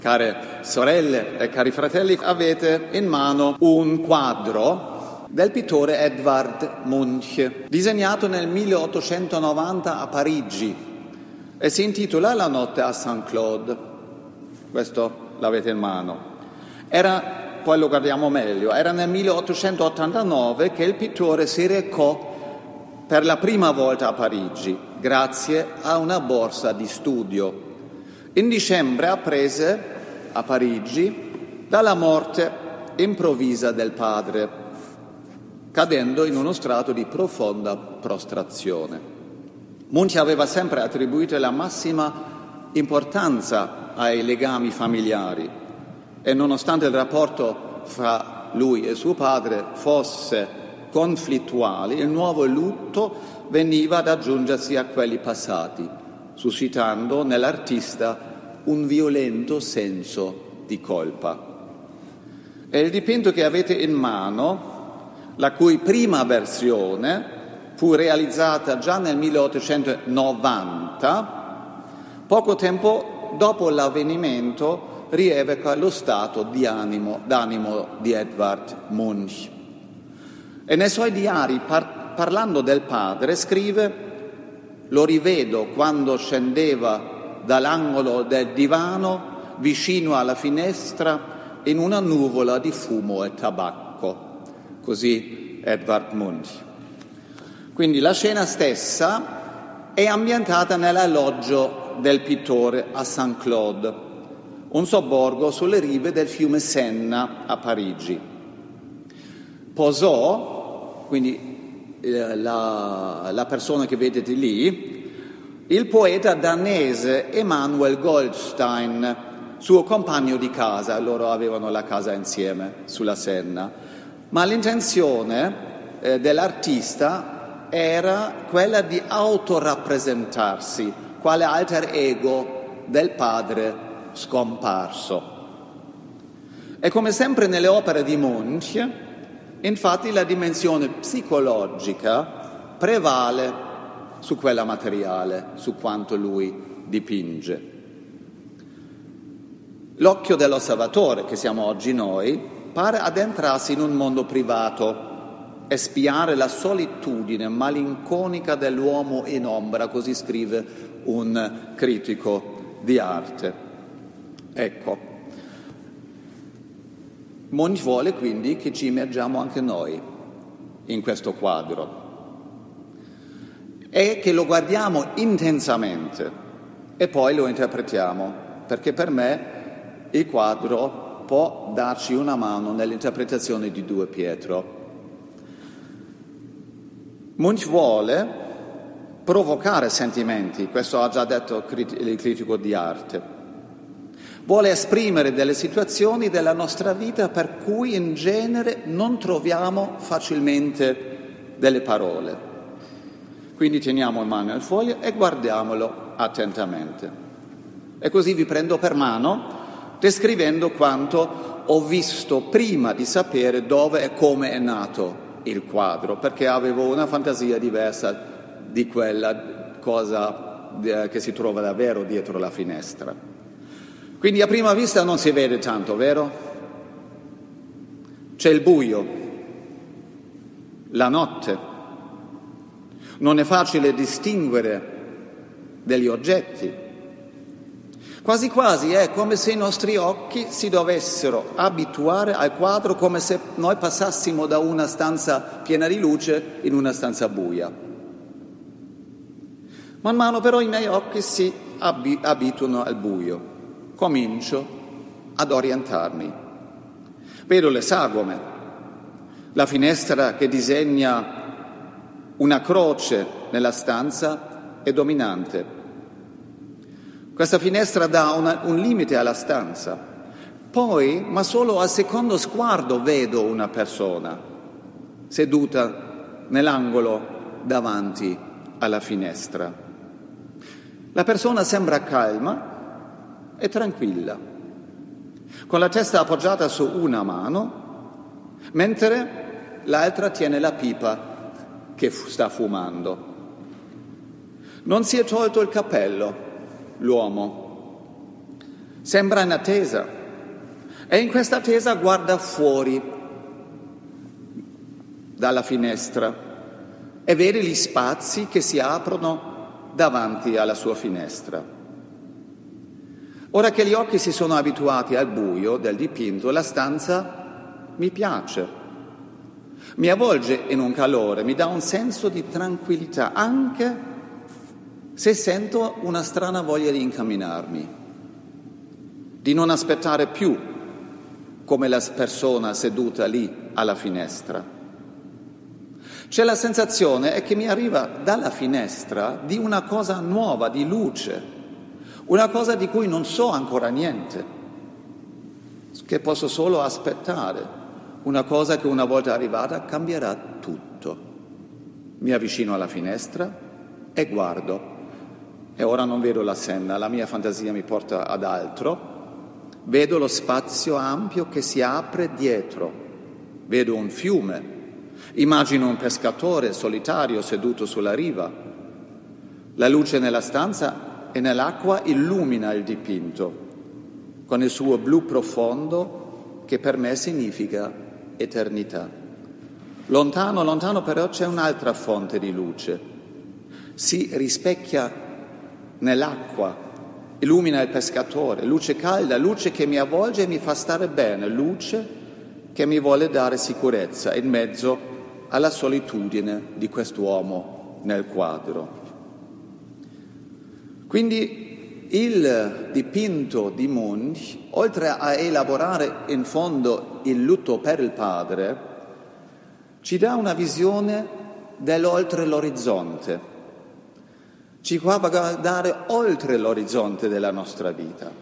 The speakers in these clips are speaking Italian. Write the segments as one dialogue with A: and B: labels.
A: Care sorelle e cari fratelli, avete in mano un quadro del pittore Edvard Munch, disegnato nel 1890 a Parigi e si intitola La notte a Saint-Claude. Questo l'avete in mano. Poi lo guardiamo meglio, era nel 1889 che il pittore si recò per la prima volta a Parigi, grazie a una borsa di studio. In dicembre apprese a Parigi dalla morte improvvisa del padre, cadendo in uno stato di profonda prostrazione. Munch aveva sempre attribuito la massima importanza ai legami familiari e nonostante il rapporto fra lui e suo padre fosse conflittuale, il nuovo lutto veniva ad aggiungersi a quelli passati, suscitando nell'artista un violento senso di colpa. E il dipinto che avete in mano, la cui prima versione fu realizzata già nel 1890, poco tempo dopo l'avvenimento rievoca lo stato d'animo di Edvard Munch. E nei suoi diari, parlando del padre, scrive: «Lo rivedo quando scendeva dall'angolo del divano vicino alla finestra in una nuvola di fumo e tabacco». Così Edvard Munch. Quindi la scena stessa è ambientata nell'alloggio del pittore a Saint-Claude, un sobborgo sulle rive del fiume Senna a Parigi. Posò, quindi la persona che vedete lì, il poeta danese Emanuel Goldstein, suo compagno di casa. Loro avevano la casa insieme sulla Senna. Ma l'intenzione dell'artista era quella di autorappresentarsi quale alter ego del padre scomparso. E come sempre nelle opere di Munch, infatti la dimensione psicologica prevale su quella materiale, su quanto lui dipinge. L'occhio dell'osservatore, che siamo oggi noi, pare addentrarsi in un mondo privato e spiare la solitudine malinconica dell'uomo in ombra, così scrive un critico di arte. Ecco, Munch vuole quindi che ci immergiamo anche noi in questo quadro e che lo guardiamo intensamente e poi lo interpretiamo, perché per me il quadro può darci una mano nell'interpretazione di 2 Pietro. Munch vuole provocare sentimenti, questo ha già detto il critico di arte. Vuole esprimere delle situazioni della nostra vita per cui in genere non troviamo facilmente delle parole. Quindi teniamo in mano il foglio e guardiamolo attentamente. E così vi prendo per mano, descrivendo quanto ho visto prima di sapere dove e come è nato il quadro, perché avevo una fantasia diversa di quella cosa che si trova davvero dietro la finestra. Quindi a prima vista non si vede tanto, vero? C'è il buio, la notte. Non è facile distinguere degli oggetti. Quasi quasi è come se i nostri occhi si dovessero abituare al quadro, come se noi passassimo da una stanza piena di luce in una stanza buia. Man mano però i miei occhi si abituano al buio. Comincio ad orientarmi. Vedo le sagome, la finestra che disegna una croce nella stanza è dominante. Questa finestra dà un limite alla stanza. Poi, ma solo al secondo sguardo, vedo una persona seduta nell'angolo davanti alla finestra. La persona sembra calma e tranquilla, con la testa appoggiata su una mano, mentre l'altra tiene la pipa che sta fumando. Non si è tolto il cappello, l'uomo. Sembra in attesa e in questa attesa guarda fuori dalla finestra e vede gli spazi che si aprono davanti alla sua finestra. Ora che gli occhi si sono abituati al buio del dipinto, la stanza mi piace, mi avvolge in un calore, mi dà un senso di tranquillità, anche se sento una strana voglia di incamminarmi, di non aspettare più come la persona seduta lì alla finestra. C'è la sensazione che mi arriva dalla finestra di una cosa nuova, di luce, una cosa di cui non so ancora niente, che posso solo aspettare, una cosa che una volta arrivata cambierà tutto. Mi avvicino alla finestra e guardo, e ora non vedo la Senna, la mia fantasia mi porta ad altro. Vedo lo spazio ampio che si apre dietro, vedo un fiume, immagino un pescatore solitario seduto sulla riva. La luce nella stanza e nell'acqua illumina il dipinto con il suo blu profondo che per me significa eternità. Lontano, lontano però c'è un'altra fonte di luce, si rispecchia nell'acqua, illumina il pescatore, luce calda, luce che mi avvolge e mi fa stare bene, luce che mi vuole dare sicurezza in mezzo alla solitudine di quest'uomo nel quadro. Quindi il dipinto di Munch, oltre a elaborare in fondo il lutto per il padre, ci dà una visione dell'oltre l'orizzonte. Ci fa guardare oltre l'orizzonte della nostra vita.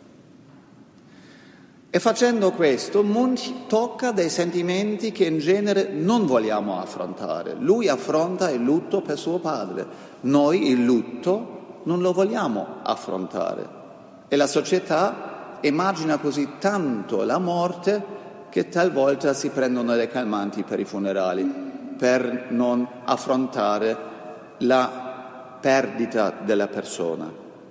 A: E facendo questo, Munch tocca dei sentimenti che in genere non vogliamo affrontare. Lui affronta il lutto per suo padre, noi il lutto non lo vogliamo affrontare. E la società immagina così tanto la morte che talvolta si prendono dei calmanti per i funerali, per non affrontare la perdita della persona.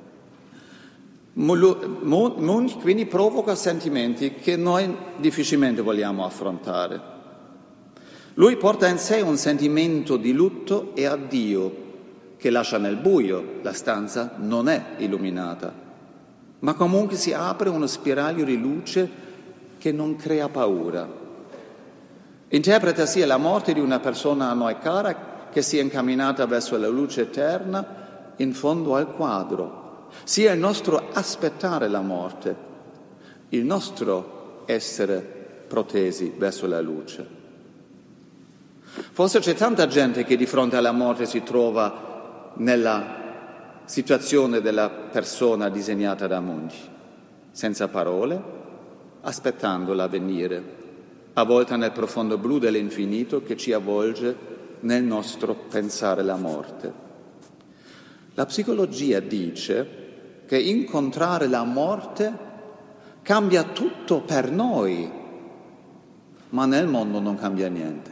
A: Munch quindi provoca sentimenti che noi difficilmente vogliamo affrontare. Lui porta in sé un sentimento di lutto e addio che lascia nel buio, la stanza non è illuminata, ma comunque si apre uno spiraglio di luce che non crea paura. Interpreta sia la morte di una persona a noi cara che sia incamminata verso la luce eterna in fondo al quadro, sia il nostro aspettare la morte, il nostro essere protesi verso la luce. Forse c'è tanta gente che di fronte alla morte si trova nella situazione della persona disegnata da Munch, senza parole, aspettando l'avvenire, avvolta nel profondo blu dell'infinito che ci avvolge nel nostro pensare la morte. La psicologia dice che incontrare la morte cambia tutto per noi, ma nel mondo non cambia niente.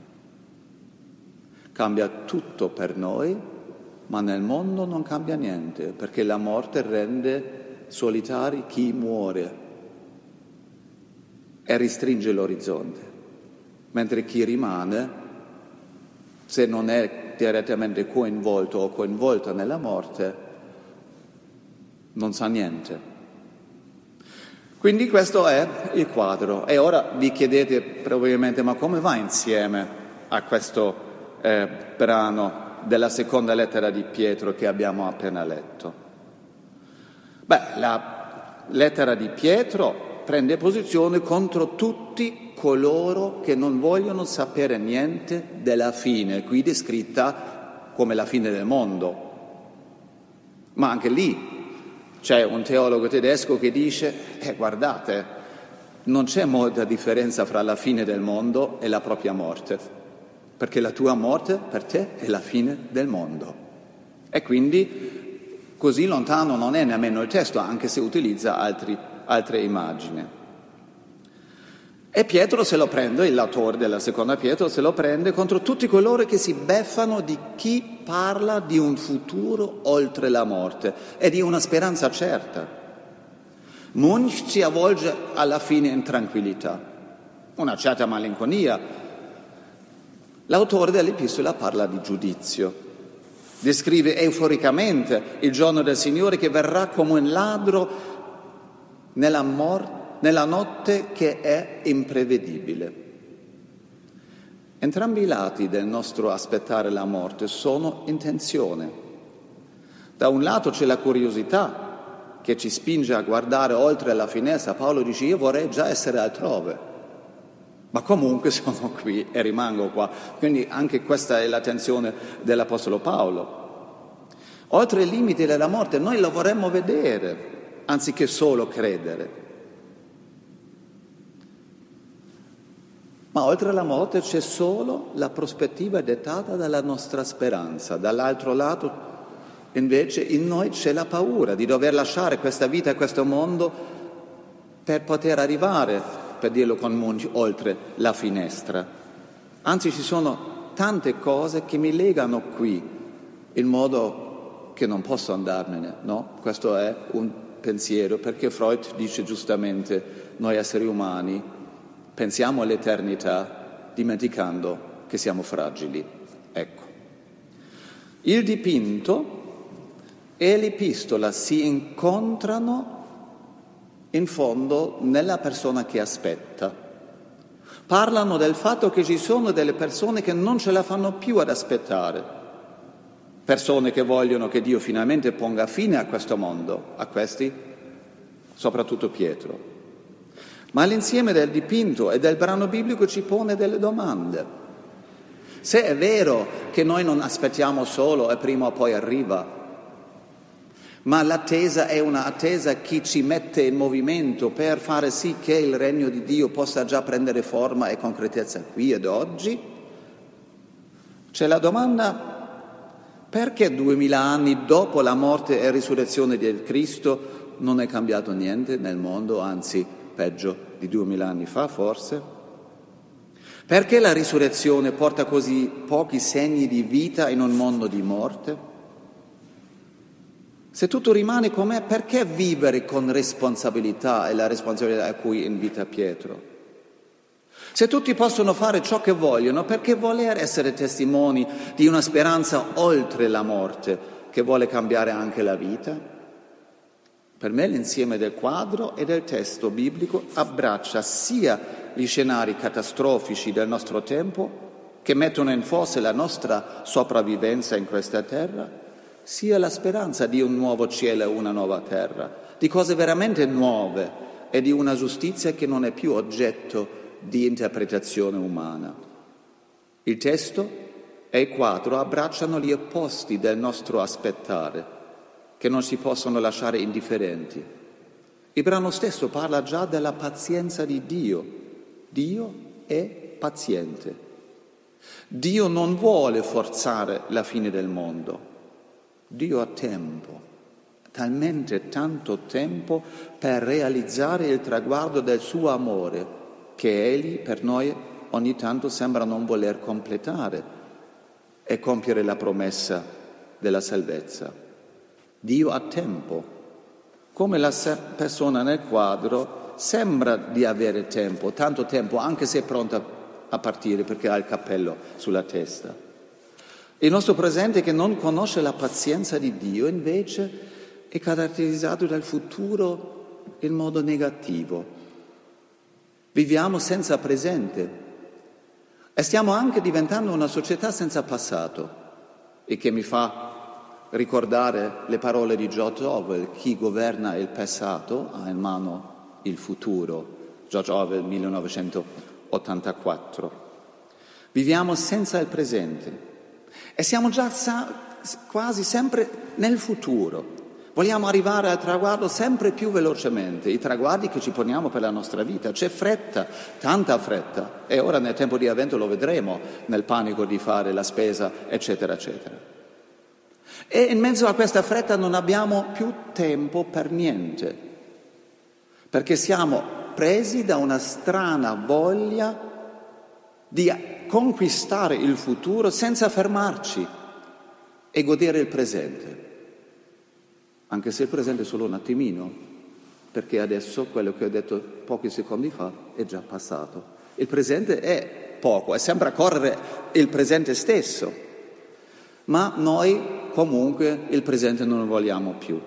A: Cambia tutto per noi, ma nel mondo non cambia niente, perché la morte rende solitari chi muore e restringe l'orizzonte, mentre chi rimane, se non è direttamente coinvolto o coinvolta nella morte, non sa niente. Quindi questo è il quadro. E ora vi chiedete probabilmente, ma come va insieme a questo brano della seconda lettera di Pietro che abbiamo appena letto? Beh, la lettera di Pietro prende posizione contro tutti coloro che non vogliono sapere niente della fine, qui descritta come la fine del mondo. Ma anche lì c'è un teologo tedesco che dice, guardate, non c'è molta differenza fra la fine del mondo e la propria morte, perché la tua morte per te è la fine del mondo. E quindi così lontano non è nemmeno il testo, anche se utilizza altre immagini. E Pietro se lo prende, l'autore della seconda Pietro se lo prende contro tutti coloro che si beffano di chi parla di un futuro oltre la morte e di una speranza certa. Munch ci avvolge alla fine in tranquillità, una certa malinconia. L'autore dell'epistola parla di giudizio, descrive euforicamente il giorno del Signore che verrà come un ladro nella notte che è imprevedibile. Entrambi i lati del nostro aspettare la morte sono in tensione. Da un lato c'è la curiosità che ci spinge a guardare oltre la finestra. Paolo dice: io vorrei già essere altrove, ma comunque sono qui e rimango qua. Quindi anche questa è la tensione dell'Apostolo Paolo. Oltre i limiti della morte noi lo vorremmo vedere, anziché solo credere. Ma oltre la morte c'è solo la prospettiva dettata dalla nostra speranza. Dall'altro lato, invece, in noi c'è la paura di dover lasciare questa vita e questo mondo per poter arrivare, per dirlo con Munch, oltre la finestra. Anzi, ci sono tante cose che mi legano qui, in modo che non posso andarmene, no? Questo è un pensiero, perché Freud dice giustamente: noi esseri umani pensiamo all'eternità dimenticando che siamo fragili. Ecco. Il dipinto e l'epistola si incontrano in fondo nella persona che aspetta. Parlano del fatto che ci sono delle persone che non ce la fanno più ad aspettare, persone che vogliono che Dio finalmente ponga fine a questo mondo, a questi soprattutto Pietro. Ma l'insieme del dipinto e del brano biblico ci pone delle domande. Se è vero che noi non aspettiamo solo e prima o poi arriva, ma l'attesa è un'attesa che ci mette in movimento per fare sì che il regno di Dio possa già prendere forma e concretezza qui ed oggi, c'è la domanda: perché 2000 anni dopo la morte e risurrezione di Cristo non è cambiato niente nel mondo, anzi peggio di 2000 anni fa forse? Perché la risurrezione porta così pochi segni di vita in un mondo di morte? Se tutto rimane com'è, perché vivere con responsabilità e la responsabilità a cui invita Pietro? Se tutti possono fare ciò che vogliono, perché voler essere testimoni di una speranza oltre la morte che vuole cambiare anche la vita? Per me l'insieme del quadro e del testo biblico abbraccia sia gli scenari catastrofici del nostro tempo, che mettono in forse la nostra sopravvivenza in questa terra, sia la speranza di un nuovo cielo e una nuova terra, di cose veramente nuove e di una giustizia che non è più oggetto di interpretazione umana. Il testo e il quadro abbracciano gli opposti del nostro aspettare, che non si possono lasciare indifferenti. Il brano stesso parla già della pazienza di Dio. Dio è paziente. Dio non vuole forzare la fine del mondo. Dio ha tempo, talmente tanto tempo per realizzare il traguardo del suo amore, che Egli per noi ogni tanto sembra non voler completare e compiere la promessa della salvezza. Dio ha tempo, come la persona nel quadro sembra di avere tempo, tanto tempo, anche se è pronta a partire perché ha il cappello sulla testa. Il nostro presente, che non conosce la pazienza di Dio, invece è caratterizzato dal futuro in modo negativo. Viviamo senza presente e stiamo anche diventando una società senza passato, e che mi fa ricordare le parole di George Orwell: chi governa il passato ha in mano il futuro. George Orwell, 1984. Viviamo senza il presente e siamo già quasi sempre nel futuro. Vogliamo arrivare al traguardo sempre più velocemente, i traguardi che ci poniamo per la nostra vita. C'è fretta, tanta fretta, e ora nel tempo di Avvento lo vedremo, nel panico di fare la spesa, eccetera, eccetera. E in mezzo a questa fretta non abbiamo più tempo per niente, perché siamo presi da una strana voglia di conquistare il futuro senza fermarci e godere il presente, anche se il presente è solo un attimino. perché adesso quello che ho detto pochi secondi fa è già passato. Il presente è poco e sembra correre il presente stesso, ma noi comunque il presente non lo vogliamo più.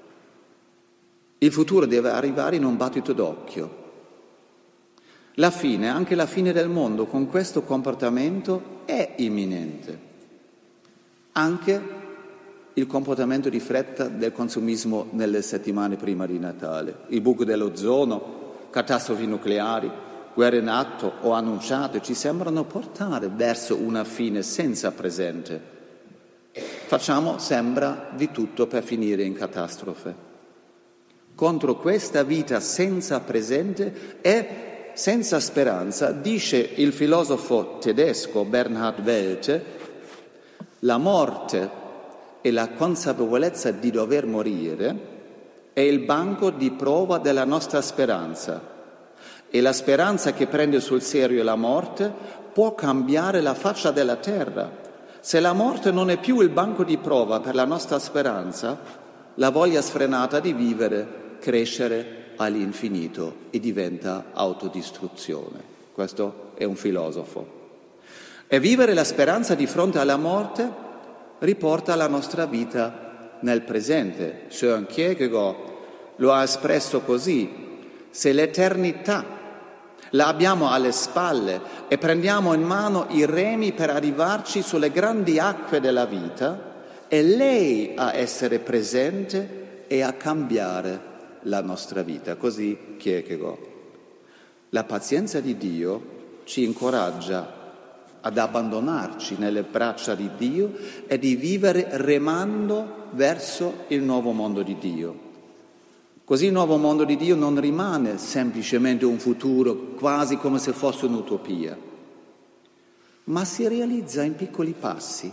A: Il futuro deve arrivare in un battito d'occhio. La fine, anche la fine del mondo, con questo comportamento è imminente. Anche il comportamento di fretta del consumismo nelle settimane prima di Natale, il buco dell'ozono, catastrofi nucleari, guerre in atto o annunciate ci sembrano portare verso una fine senza presente. Facciamo, sembra, di tutto per finire in catastrofe. Contro questa vita senza presente e senza speranza, dice il filosofo tedesco Bernhard Welte, la morte e la consapevolezza di dover morire è il banco di prova della nostra speranza. E la speranza che prende sul serio la morte può cambiare la faccia della terra. Se la morte non è più il banco di prova per la nostra speranza, la voglia sfrenata di vivere crescere all'infinito e diventa autodistruzione. Questo è un filosofo. E vivere la speranza di fronte alla morte riporta la nostra vita nel presente. Søren Kierkegaard lo ha espresso così: se l'eternità la abbiamo alle spalle e prendiamo in mano i remi per arrivarci sulle grandi acque della vita, è lei a essere presente e a cambiare la nostra vita. Così Kierkegaard. La pazienza di Dio ci incoraggia ad abbandonarci nelle braccia di Dio e di vivere remando verso il nuovo mondo di Dio. Così il nuovo mondo di Dio non rimane semplicemente un futuro quasi come se fosse un'utopia, ma si realizza in piccoli passi,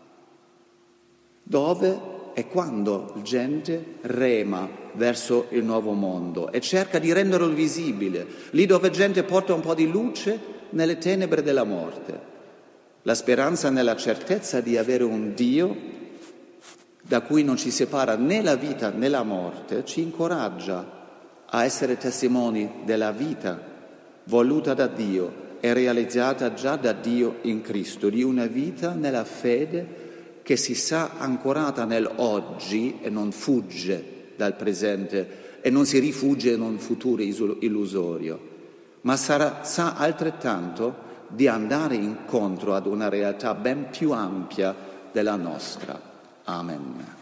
A: dove e quando la gente rema verso il nuovo mondo e cerca di renderlo visibile, lì dove gente porta un po' di luce nelle tenebre della morte. La speranza nella certezza di avere un Dio da cui non ci separa né la vita né la morte, ci incoraggia a essere testimoni della vita voluta da Dio e realizzata già da Dio in Cristo, di una vita nella fede che si sa ancorata nell'oggi e non fugge dal presente e non si rifugia in un futuro illusorio, ma sa altrettanto di andare incontro ad una realtà ben più ampia della nostra. Amen.